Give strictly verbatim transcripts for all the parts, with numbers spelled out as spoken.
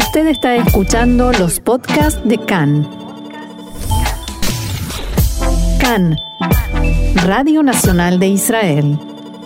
Usted está escuchando los podcasts de C A N. C A N, Radio Nacional de Israel.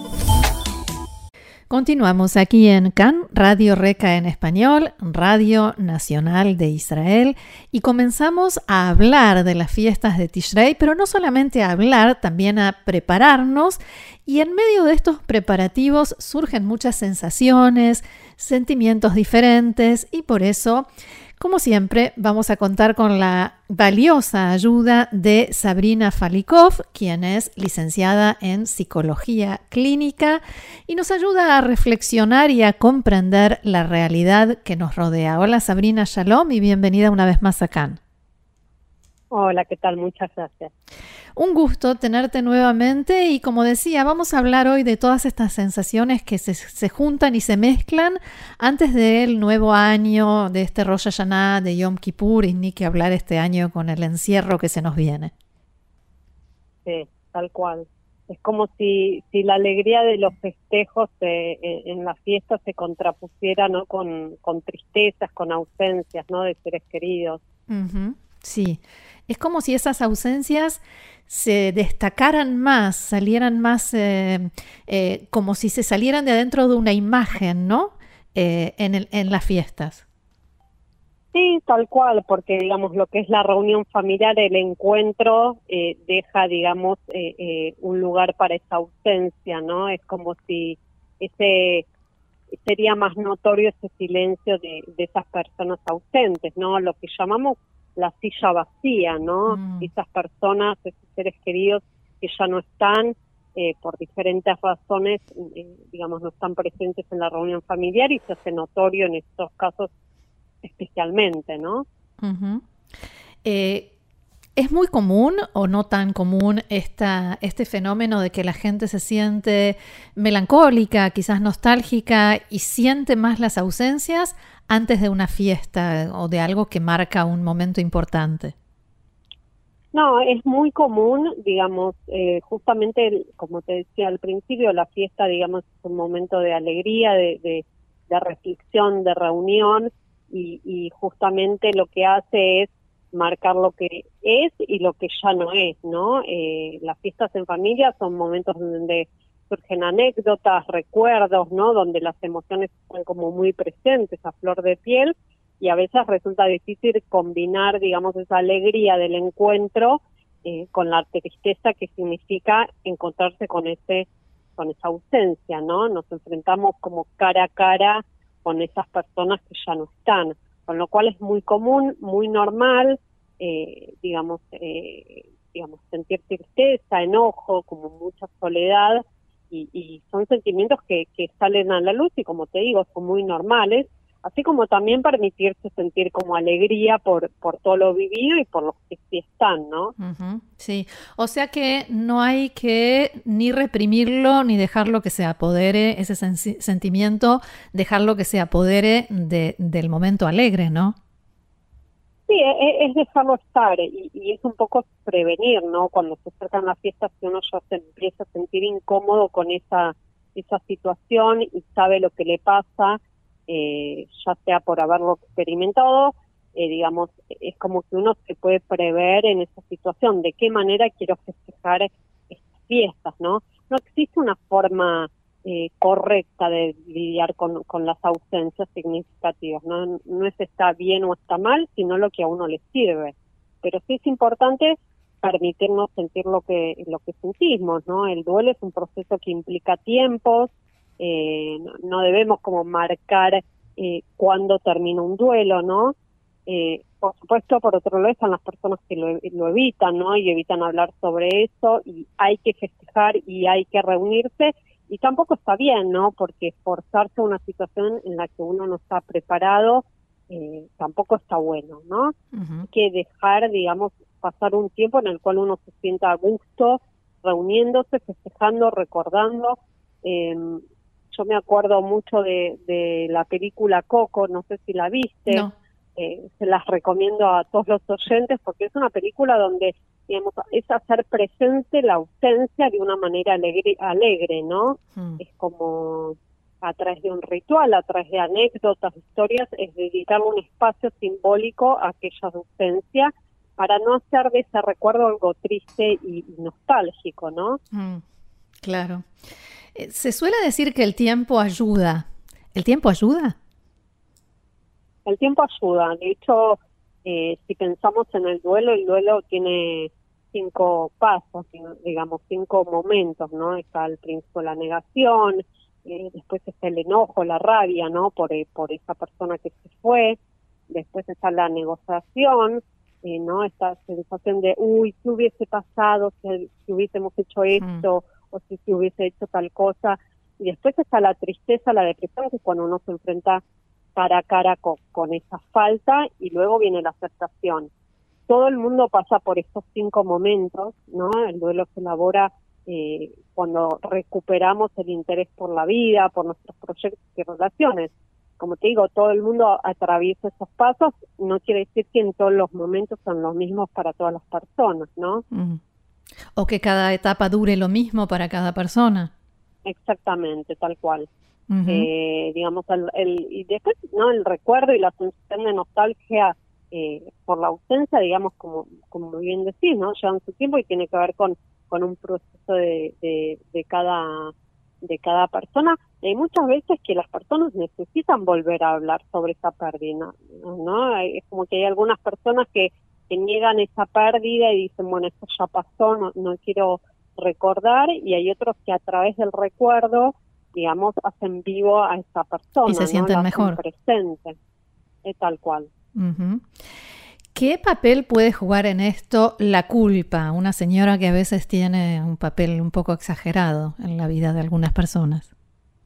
Continuamos aquí en C A N, Radio Reca en español, Radio Nacional de Israel, y comenzamos a hablar de las fiestas de Tishrei, pero no solamente a hablar, también a prepararnos, y en medio de estos preparativos surgen muchas sensaciones, sentimientos diferentes, y por eso, como siempre, vamos a contar con la valiosa ayuda de Sabrina Falikov, quien es licenciada en Psicología Clínica y nos ayuda a reflexionar y a comprender la realidad que nos rodea. Hola Sabrina, shalom y bienvenida una vez más a C A N. Hola, ¿qué tal? Muchas gracias. Un gusto tenerte nuevamente y como decía, vamos a hablar hoy de todas estas sensaciones que se, se juntan y se mezclan antes del nuevo año, de este Rosh Hashanah, de Yom Kippur, y ni que hablar este año con el encierro que se nos viene. Sí, tal cual. Es como si, si la alegría de los festejos eh, en, en la fiesta se contrapusiera, ¿no? con, con tristezas, con ausencias, ¿no? de seres queridos. Uh-huh. Sí, es como si esas ausencias se destacaran más, salieran más, eh, eh, como si se salieran de adentro de una imagen, ¿no? Eh, en, el, en las fiestas. Sí, tal cual, porque digamos lo que es la reunión familiar, el encuentro, eh, deja, digamos, eh, eh, un lugar para esa ausencia, ¿no? Es como si ese sería más notorio ese silencio de, de esas personas ausentes, ¿no? Lo que llamamos la silla vacía, ¿no? Mm. Esas personas, esos seres queridos que ya no están, eh, por diferentes razones, eh, digamos, no están presentes en la reunión familiar y se hace notorio en estos casos especialmente, ¿no? Uh-huh. Eh, ¿Es muy común o no tan común esta, este fenómeno de que la gente se siente melancólica, quizás nostálgica y siente más las ausencias antes de una fiesta o de algo que marca un momento importante? No, es muy común, digamos, eh, justamente, como te decía al principio, la fiesta, digamos, es un momento de alegría, de, de, de reflexión, de reunión, y, y justamente lo que hace es marcar lo que es y lo que ya no es, ¿no? Eh, las fiestas en familia son momentos donde surgen anécdotas, recuerdos, ¿no? Donde las emociones están como muy presentes a flor de piel y a veces resulta difícil combinar, digamos, esa alegría del encuentro eh, con la tristeza que significa encontrarse con ese, con esa ausencia, ¿no? Nos enfrentamos como cara a cara con esas personas que ya no están. Con lo cual es muy común, muy normal, eh, digamos, eh, digamos, sentir tristeza, enojo, como mucha soledad, y, y son sentimientos que, que salen a la luz y, como te digo, son muy normales, así como también permitirse sentir como alegría por, por todo lo vivido y por los que sí están, ¿no? Uh-huh, sí, o sea que no hay que ni reprimirlo ni dejarlo que se apodere, ese sen- sentimiento, dejarlo que se apodere de, del momento alegre, ¿no? Sí, es, es dejarlo estar y, y es un poco prevenir, ¿no? Cuando se acercan las fiestas, que uno ya se empieza a sentir incómodo con esa, esa situación y sabe lo que le pasa, eh, ya sea por haberlo experimentado, eh, digamos, es como que uno se puede prever en esa situación, de qué manera quiero festejar estas fiestas, ¿no? No existe una forma eh, correcta de lidiar con, con las ausencias significativas, ¿no? No es está bien o está mal, sino lo que a uno le sirve. Pero sí es importante permitirnos sentir lo que, lo que sentimos, ¿no? El duelo es un proceso que implica tiempos, eh, no, no debemos como marcar eh, cuándo termina un duelo, ¿no? Eh, por supuesto, por otro lado están las personas que lo, lo evitan, ¿no? Y evitan hablar sobre eso, y hay que festejar y hay que reunirse, y tampoco está bien, ¿no? Porque forzarse a una situación en la que uno no está preparado eh, tampoco está bueno, ¿no? Uh-huh. Hay que dejar, digamos, pasar un tiempo en el cual uno se sienta a gusto, reuniéndose, festejando, recordando. Eh, yo me acuerdo mucho de, de la película Coco, no sé si la viste. No. Eh, se las recomiendo a todos los oyentes porque es una película donde, digamos, es hacer presente la ausencia de una manera alegre, alegre ¿no? Mm. Es como a través de un ritual, a través de anécdotas, historias, es dedicarle un espacio simbólico a aquella ausencia para no hacer de ese recuerdo algo triste y, y nostálgico, ¿no? Mm, claro. Eh, se suele decir que el tiempo ayuda. ¿El tiempo ayuda? El tiempo ayuda. De hecho, eh, si pensamos en el duelo, el duelo tiene cinco pasos, digamos, cinco momentos, ¿no? Está al principio la negación, eh, después está el enojo, la rabia, ¿no? Por, eh, por esa persona que se fue, después está la negociación, eh, ¿no? Esta sensación de, uy, ¿qué hubiese pasado si, si hubiésemos hecho esto, mm. o si se hubiese hecho tal cosa? Y después está la tristeza, la depresión, que es cuando uno se enfrenta cara a cara con, con esa falta, y luego viene la aceptación. Todo el mundo pasa por estos cinco momentos, ¿no? El duelo se elabora eh, cuando recuperamos el interés por la vida, por nuestros proyectos y relaciones. Como te digo, todo el mundo atraviesa esos pasos, no quiere decir que en todos los momentos son los mismos para todas las personas, ¿no? Mm. O que cada etapa dure lo mismo para cada persona. Exactamente, tal cual. Uh-huh. Eh, digamos, el, el, y después, ¿no? El recuerdo y la sensación de nostalgia eh, por la ausencia, digamos, como como bien decís, ¿no? Llevan su tiempo y tiene que ver con con un proceso de, de, de cada de cada persona. Hay muchas veces que las personas necesitan volver a hablar sobre esa pérdida, ¿no? Es como que hay algunas personas que, que niegan esa pérdida y dicen, bueno, esto ya pasó, no, no quiero recordar, y hay otros que a través del recuerdo, digamos, hacen vivo a esa persona. Y se sienten ¿no? La mejor. Presente, es tal cual. Uh-huh. ¿Qué papel puede jugar en esto la culpa? Una señora que a veces tiene un papel un poco exagerado en la vida de algunas personas.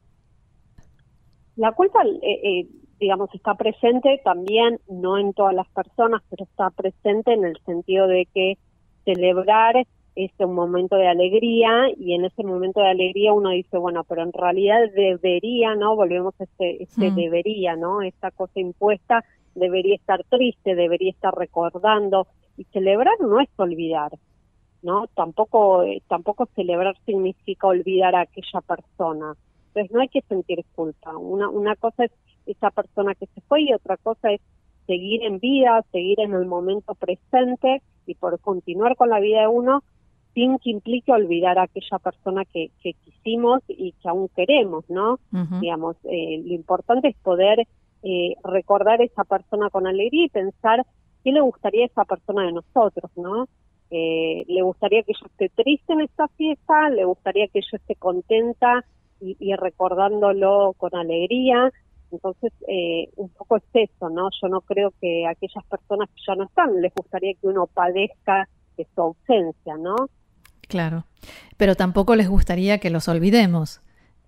La culpa, eh, eh, digamos, está presente también, no en todas las personas, pero está presente en el sentido de que celebrar es un momento de alegría, y en ese momento de alegría uno dice, bueno, pero en realidad debería, ¿no? Volvemos a este, este mm. debería, ¿no? Esta cosa impuesta, debería estar triste, debería estar recordando, y celebrar no es olvidar, ¿no? Tampoco, eh, tampoco celebrar significa olvidar a aquella persona. Entonces no hay que sentir culpa. Una, una cosa es esa persona que se fue, y otra cosa es seguir en vida, seguir en el momento presente y por continuar con la vida de uno, sin que implique olvidar a aquella persona que, que quisimos y que aún queremos, ¿no? Uh-huh. Digamos, eh, lo importante es poder eh, recordar a esa persona con alegría y pensar qué le gustaría a esa persona de nosotros, ¿no? Eh, le gustaría que yo esté triste en esta fiesta, le gustaría que yo esté contenta y, y recordándolo con alegría. Entonces, eh, un poco es eso, ¿no? Yo no creo que a aquellas personas que ya no están les gustaría que uno padezca de su ausencia, ¿no? Claro, pero tampoco les gustaría que los olvidemos.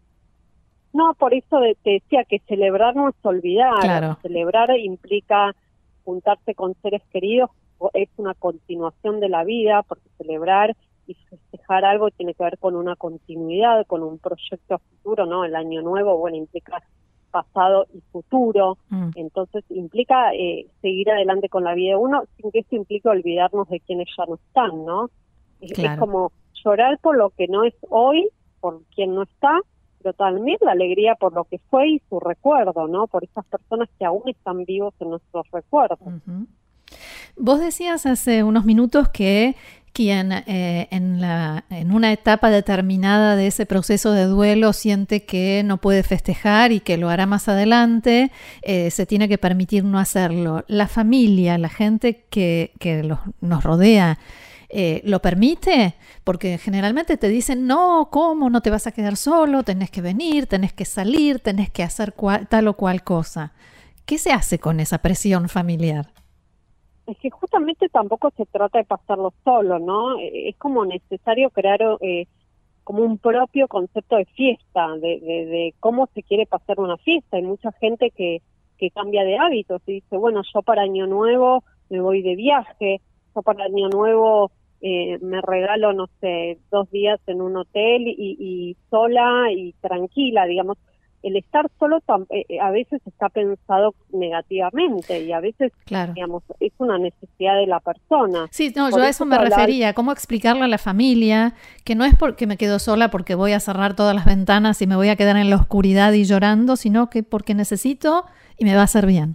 No, por eso te decía que celebrar no es olvidar. Claro. Celebrar implica juntarse con seres queridos, es una continuación de la vida, porque celebrar y festejar algo tiene que ver con una continuidad, con un proyecto futuro, ¿no? El año nuevo, bueno, implica pasado y futuro, mm. entonces implica eh, seguir adelante con la vida de uno, sin que eso implique olvidarnos de quienes ya no están, ¿no? Claro. Es como llorar por lo que no es hoy, por quien no está, pero también la alegría por lo que fue y su recuerdo, ¿no? Por esas personas que aún están vivos en nuestros recuerdos. Uh-huh. Vos decías hace unos minutos que quien eh, en, la, en una etapa determinada de ese proceso de duelo siente que no puede festejar y que lo hará más adelante, eh, se tiene que permitir no hacerlo. La familia, la gente que, que los, nos rodea, Eh, ¿lo permite? Porque generalmente te dicen, no, ¿cómo? No te vas a quedar solo, tenés que venir, tenés que salir, tenés que hacer cual, tal o cual cosa. ¿Qué se hace con esa presión familiar? Es que justamente tampoco se trata de pasarlo solo, ¿no? Es como necesario crear eh, como un propio concepto de fiesta, de, de, de cómo se quiere pasar una fiesta. Hay mucha gente que, que cambia de hábitos y dice, bueno, yo para Año Nuevo me voy de viaje, yo para Año Nuevo Eh, me regalo, no sé, dos días en un hotel y, y sola y tranquila, digamos. el estar solo eh, a veces está pensado negativamente y a veces, claro, digamos, es una necesidad de la persona. Sí, no, Por yo a eso me hablar... refería, cómo explicarle a la familia que no es porque me quedo sola porque voy a cerrar todas las ventanas y me voy a quedar en la oscuridad y llorando, sino que porque necesito y me va a hacer bien.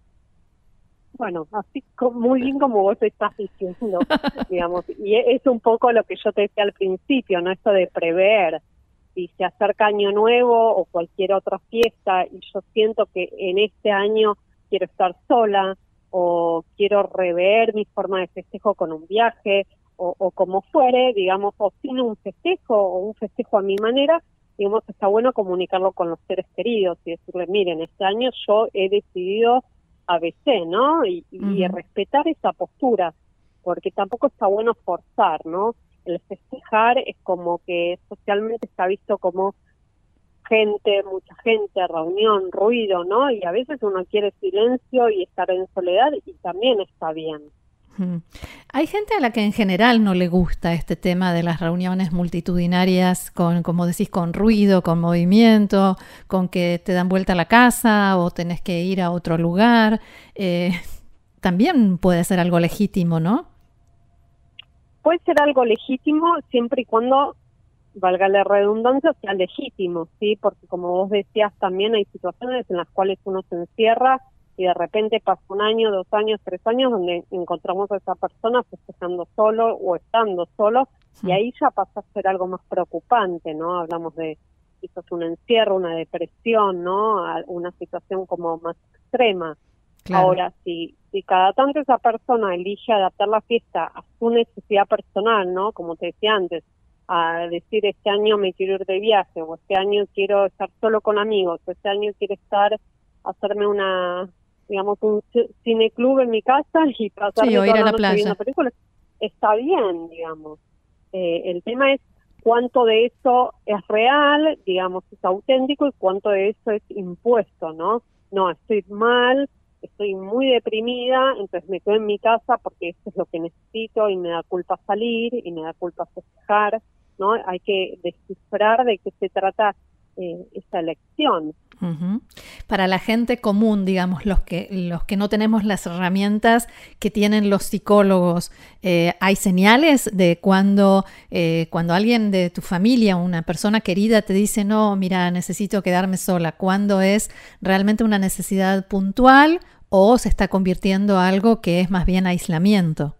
Bueno, así muy bien como vos estás diciendo, digamos, y es un poco lo que yo te decía al principio, ¿no? Esto de prever. Si se acerca Año Nuevo o cualquier otra fiesta y yo siento que en este año quiero estar sola o quiero rever mi forma de festejo con un viaje o, o como fuere, digamos, o sin un festejo o un festejo a mi manera, digamos, está bueno comunicarlo con los seres queridos y decirle, miren, este año yo he decidido A B C, ¿no? Y, uh-huh. y respetar esa postura, porque tampoco está bueno forzar, ¿no? El festejar es como que socialmente está visto como gente, mucha gente, reunión, ruido, ¿no? Y a veces uno quiere silencio y estar en soledad y también está bien. Hmm. Hay gente a la que en general no le gusta este tema de las reuniones multitudinarias con, como decís, con ruido, con movimiento, con que te dan vuelta a la casa o tenés que ir a otro lugar. Eh, también puede ser algo legítimo, ¿no? Puede ser algo legítimo siempre y cuando, valga la redundancia, sea legítimo, ¿sí? Porque como vos decías, también hay situaciones en las cuales uno se encierra y de repente pasa un año, dos años, tres años donde encontramos a esa persona festejando solo o estando solo, sí. Y ahí ya pasa a ser algo más preocupante, ¿no? Hablamos de quizás un encierro, una depresión, ¿no? Una situación como más extrema. Claro. Ahora, si, si cada tanto esa persona elige adaptar la fiesta a su necesidad personal, ¿no? Como te decía antes, a decir este año me quiero ir de viaje, o este año quiero estar solo con amigos, o este año quiero estar, hacerme una, digamos, un cineclub en mi casa y pasar sí, toda ir a la la noche playa. viendo películas, está bien, digamos. Eh, el tema es cuánto de eso es real, digamos, es auténtico, y cuánto de eso es impuesto, ¿no? No, estoy mal, estoy muy deprimida, entonces me quedo en mi casa porque esto es lo que necesito y me da culpa salir y me da culpa festejar, ¿no? Hay que descifrar de qué se trata eh, esta elección. Uh-huh. Para la gente común, digamos, los que, los que no tenemos las herramientas que tienen los psicólogos, eh, ¿hay señales de cuando, eh, cuando alguien de tu familia, una persona querida te dice, no, mira, necesito quedarme sola? ¿Cuándo es realmente una necesidad puntual o se está convirtiendo en algo que es más bien aislamiento?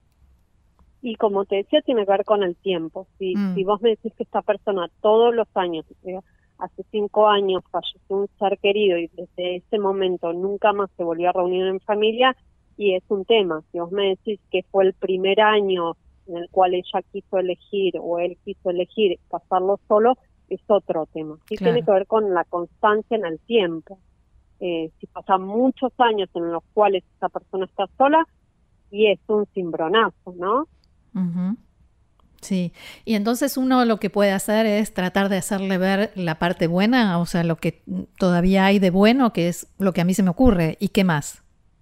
Y como te decía, tiene que ver con el tiempo. Si, mm. si vos me decís que esta persona todos los años, eh, hace cinco años falleció un ser querido y desde ese momento nunca más se volvió a reunir en familia, y es un tema. Si vos me decís que fue el primer año en el cual ella quiso elegir o él quiso elegir pasarlo solo, es otro tema. Sí, claro. Tiene que ver con la constancia en el tiempo. Eh, si pasan muchos años en los cuales esa persona está sola, y es un cimbronazo, ¿no? Uh-huh. Sí, y entonces uno lo que puede hacer es tratar de hacerle ver la parte buena, o sea, lo que todavía hay de bueno, que es lo que a mí se me ocurre. ¿Y qué más?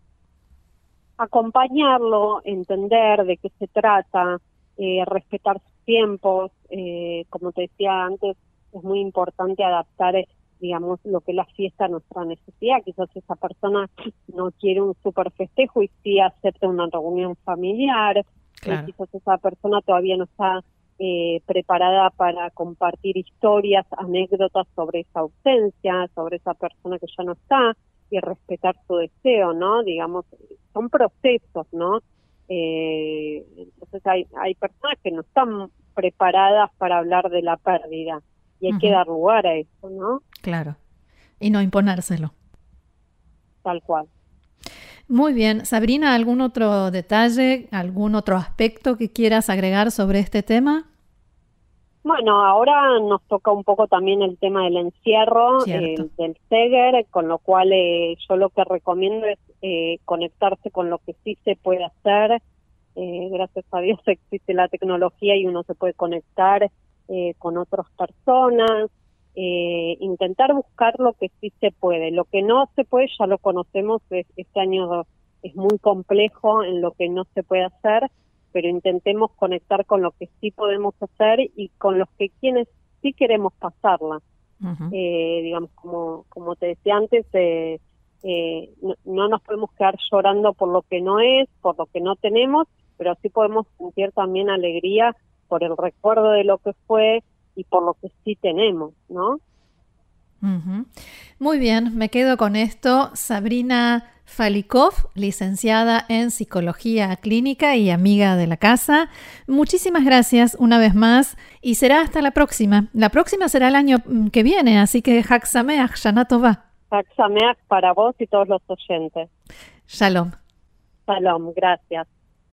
Acompañarlo, entender de qué se trata, eh, respetar sus tiempos. Eh, como te decía antes, es muy importante adaptar, digamos, lo que es la fiesta a nuestra necesidad. Quizás esa persona no quiere un super festejo y sí acepta una reunión familiar. Claro. Eh, quizás esa persona todavía no está eh, preparada para compartir historias, anécdotas sobre esa ausencia, sobre esa persona que ya no está, y respetar su deseo, ¿no? Digamos, son procesos, ¿no? Eh, entonces hay, hay personas que no están preparadas para hablar de la pérdida, y hay uh-huh. que dar lugar a eso, ¿no? Claro, y no imponérselo. Tal cual. Muy bien. Sabrina, ¿algún otro detalle, algún otro aspecto que quieras agregar sobre este tema? Bueno, ahora nos toca un poco también el tema del encierro, eh, del Seger, con lo cual eh, yo lo que recomiendo es eh, conectarse con lo que sí se puede hacer. Eh, gracias a Dios existe la tecnología y uno se puede conectar eh, con otras personas. Eh, intentar buscar lo que sí se puede. Lo que no se puede ya lo conocemos, es, este año es muy complejo en lo que no se puede hacer, pero intentemos conectar con lo que sí podemos hacer y con los que quienes sí queremos pasarla. Uh-huh. Eh, digamos, como, como te decía antes, eh, eh, no, no nos podemos quedar llorando por lo que no es, por lo que no tenemos, pero sí podemos sentir también alegría por el recuerdo de lo que fue y por lo que sí tenemos, ¿no? Uh-huh. Muy bien, me quedo con esto. Sabrina Falikov, licenciada en Psicología Clínica y amiga de la casa. Muchísimas gracias una vez más y será hasta la próxima. La próxima será el año que viene, así que Hag Sameach, Shana Tova. Hag Sameach para vos y todos los oyentes. Shalom. Shalom, gracias.